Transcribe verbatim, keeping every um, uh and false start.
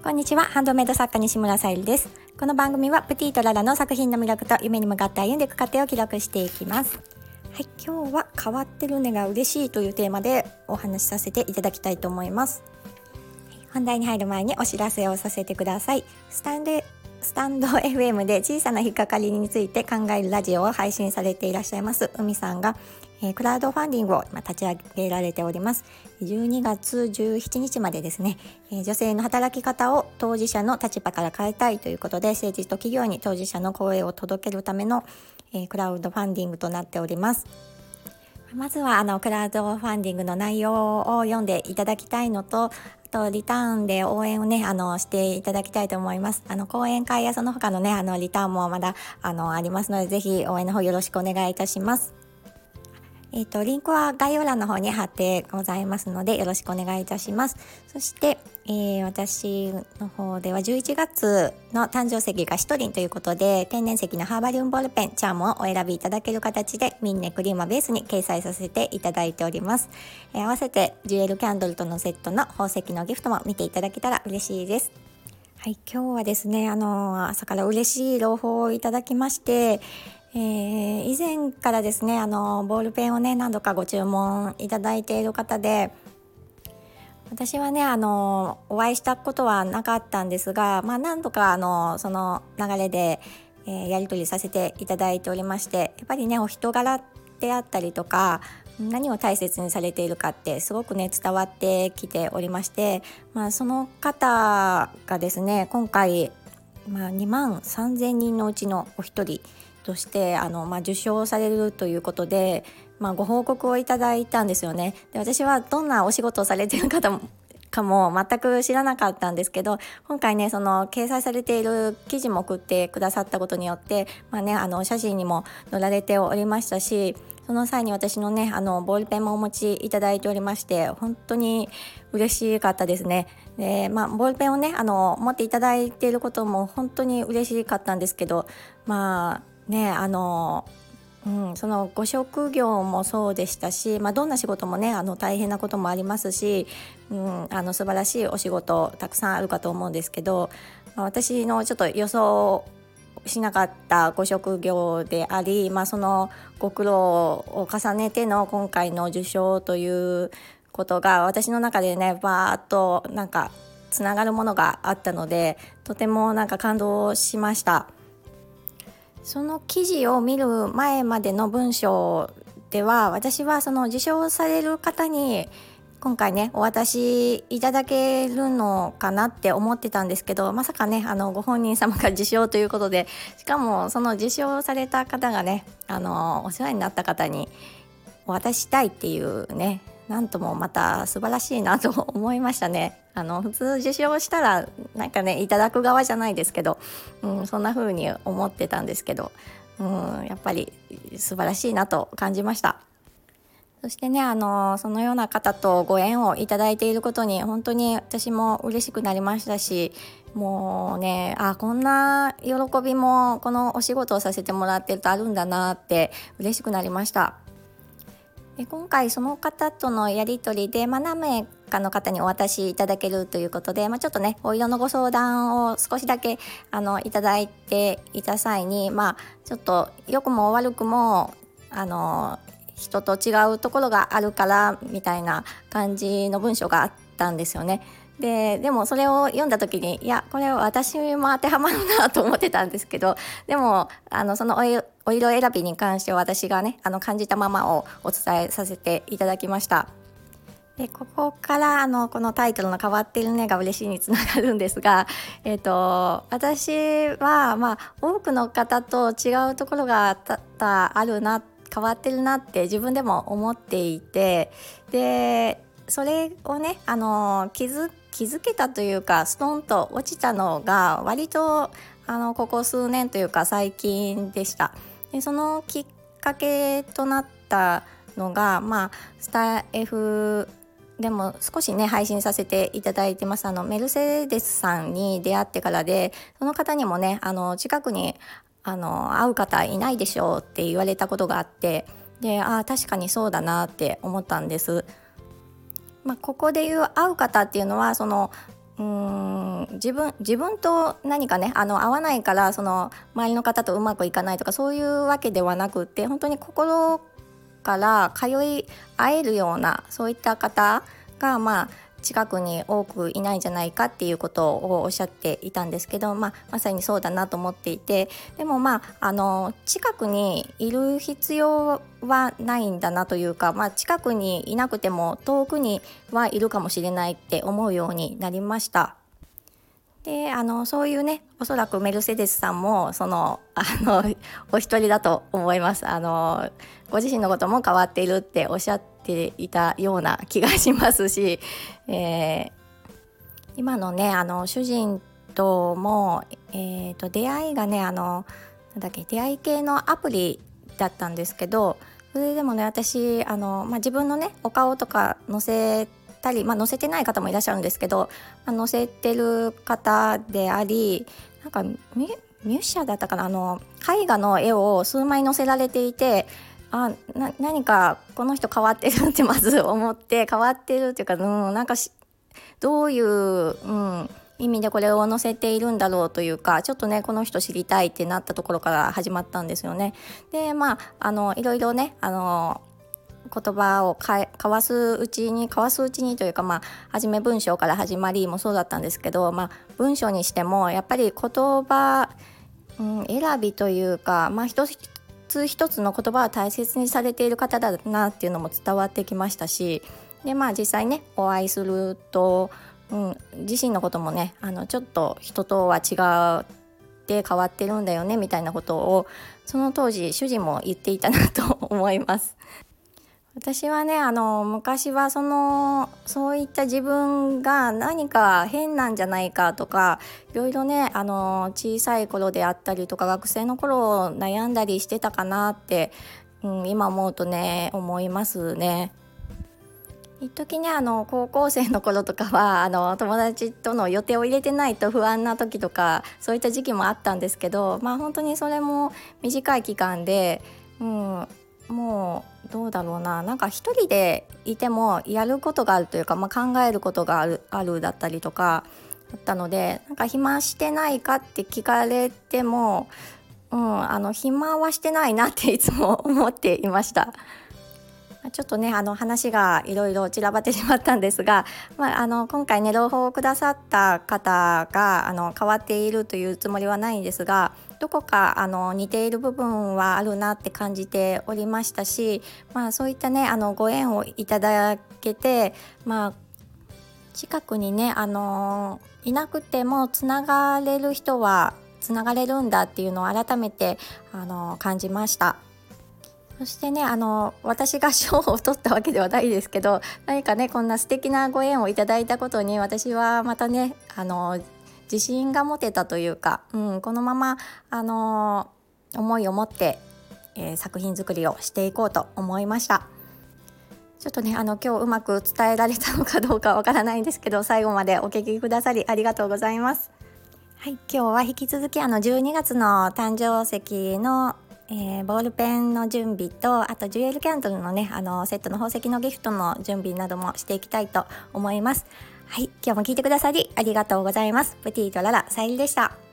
こんにちは、ハンドメイド作家西村さゆりです。この番組はプティとララの作品の魅力と夢に向かって歩んでいく過程を記録していきます。はい、今日は変わってるねが嬉しいというテーマでお話しさせていただきたいと思います。本題に入る前にお知らせをさせてください。スタンドスタンド エフエム で小さな引っかかりについて考えるラジオを配信されていらっしゃいます海さんが、えー、クラウドファンディングを今立ち上げられております。じゅうにがつじゅうしちにちまでですね、えー、女性の働き方を当事者の立場から変えたいということで、政治と企業に当事者の声を届けるための、えー、クラウドファンディングとなっております。まずはあのクラウドファンディングの内容を読んでいただきたいのと、あとリターンで応援をねあのしていただきたいと思います。あの講演会やその他のねあのリターンもまだあのありますので、ぜひ応援の方よろしくお願いいたします。えーと、リンクは概要欄の方に貼ってございますのでよろしくお願いいたします。そして、えー、私の方ではじゅういちがつの誕生石がしとりんということで、天然石のハーバリウムボールペンチャームをお選びいただける形でミンネクリーマベースに掲載させていただいております。えー、合わせてジュエルキャンドルとのセットの宝石のギフトも見ていただけたら嬉しいです。はい、今日はですねあの朝から嬉しい朗報をいただきまして、えー、以前からですねあのボールペンをね何度かご注文いただいている方で、私はねあのお会いしたことはなかったんですが、まあ、何度かあのその流れで、えー、やり取りさせていただいておりまして、やっぱりねお人柄であったりとか何を大切にされているかってすごくね伝わってきておりまして、まあ、その方がですね今回、まあ、にまんさんぜんにんのうちのお一人としてあの、まあ、受賞されるということで、まあ、ご報告をいただいたんですよね。で、私はどんなお仕事をされている方もかも全く知らなかったんですけど、今回ねその掲載されている記事も送ってくださったことによって、まあね、あの写真にも載られておりましたし、その際に私のねあのボールペンもお持ちいただいておりまして、本当に嬉しかったですね。で、まあ、ボールペンをねあの持っていただいていることも本当に嬉しかったんですけど、まあねあのうん、そのご職業もそうでしたし、まあ、どんな仕事もねあの大変なこともありますし、うん、あの素晴らしいお仕事たくさんあるかと思うんですけど、まあ、私のちょっと予想しなかったご職業であり、まあ、そのご苦労を重ねての今回の受賞ということが私の中でねバーッとなんかつながるものがあったので、とてもなんか感動しました。その記事を見る前までの文章では、私はその受賞される方に今回ねお渡しいただけるのかなって思ってたんですけど、まさかねあのご本人様が受賞ということで、しかもその受賞された方がねあのお世話になった方にお渡ししたいっていうね、なんともまた素晴らしいなと思いましたね。あの普通受賞したらなんかねいただく側じゃないですけど、うん、そんな風に思ってたんですけど、うん、やっぱり素晴らしいなと感じました。そしてねあのそのような方とご縁をいただいていることに本当に私も嬉しくなりましたし、もうねあこんな喜びもこのお仕事をさせてもらってるとあるんだなって嬉しくなりました。で今回その方とのやり取りで、まあ、何名かの方にお渡しいただけるということで、まあ、ちょっとねお色のご相談を少しだけあのいただいていた際に、まあ、ちょっと良くも悪くもあの人と違うところがあるからみたいな感じの文章があったんですよね。で, でもそれを読んだ時にいやこれは私も当てはまるなと思ってたんですけど、でもあのそのお色お色選びに関しては私がねあの感じたままをお伝えさせていただきました。でここからあのこのタイトルの変わってるねが嬉しいにつながるんですが、えーと、私は、まあ、多くの方と違うところが多々あるな、変わってるなって自分でも思っていて、でそれをねあの気づ気づけたというかストンと落ちたのが割とあのここ数年というか最近でした。でそのきっかけとなったのが、まあ、スタイフでも少しね配信させていただいてますあのメルセデスさんに出会ってからで、その方にもねあの近くにあの会う方いないでしょうって言われたことがあって、であ確かにそうだなって思ったんです。まあ、ここでいう会う方っていうのはそのうーん自分自分と何かねあの合わないからその周りの方とうまくいかないとかそういうわけではなくって、本当に心から通い合えるようなそういった方がまあ近くに多くいないんじゃないかっていうことをおっしゃっていたんですけど、まあ、まさにそうだなと思っていて、でもまああの近くにいる必要はないんだなというか、まあ、近くにいなくても遠くにはいるかもしれないって思うようになりました。であのそういうね、おそらくメルセデスさんもそのあのお一人だと思います。あのご自身のことも変わっているっておっしゃっていたような気がしますし、えー、今のねあの主人とも、えー、と出会いがねあのなんだっけ出会い系のアプリだったんですけど、それでもね私あの、まあ、自分のねお顔とか載せたり、まあ、載せてない方もいらっしゃるんですけど、まあ、載せてる方であり、なんかミュッシャだったかな、あの絵画の絵を数枚載せられていて、あな何かこの人変わってるってまず思って、変わってるっていうか、うん、なんかしどういう、うん、意味でこれを載せているんだろうというか、ちょっとねこの人知りたいってなったところから始まったんですよね。でまああのいろいろねあの言葉を交わすうちに交わすうちにというか、まあ初め文章から始まりもそうだったんですけど、まあ文章にしてもやっぱり言葉、うん、選びというか、まあ一つ一つの言葉を大切にされている方だなっていうのも伝わってきましたし、でまあ実際ねお会いすると、うん、自身のこともねあのちょっと人とは違って変わってるんだよねみたいなことをその当時主人も言っていたなと思います。私はねあの昔はそのそういった自分が何か変なんじゃないかとか、いろいろねあの小さい頃であったりとか学生の頃悩んだりしてたかなって、うん、今思うとね思いますね。一時ねあの高校生の頃とかはあの友達との予定を入れてないと不安な時とかそういった時期もあったんですけど、まあ本当にそれも短い期間で、うん、もうどうだろうな、なんか一人でいてもやることがあるというか、まあ、考えることがある、あるだったりとかだったので、なんか暇してないかって聞かれても、うん、あの暇はしてないなっていつも思っていました。ちょっとねあの話がいろいろ散らばってしまったんですが、まあ、あの今回ね朗報をくださった方があの変わっているというつもりはないんですが、どこかあの似ている部分はあるなって感じておりましたし、まあ、そういったねあのご縁をいただけて、まあ、近くにねあのいなくてもつながれる人はつながれるんだっていうのを改めてあの感じました。そしてねあの私が賞を取ったわけではないですけど、何かねこんな素敵なご縁をいただいたことに私はまたねあの自信が持てたというか、うん、このままあの思いを持って、えー、作品作りをしていこうと思いました。ちょっとねあの今日うまく伝えられたのかどうかわからないんですけど、最後までお聞きくださりありがとうございます。はい、今日は引き続きあのじゅうにがつの誕生石のえー、ボールペンの準備と、あとジュエルキャンドルのねあのセットの宝石のギフトの準備などもしていきたいと思います。はい、今日も聞いてくださりありがとうございます。プティとララさゆりでした。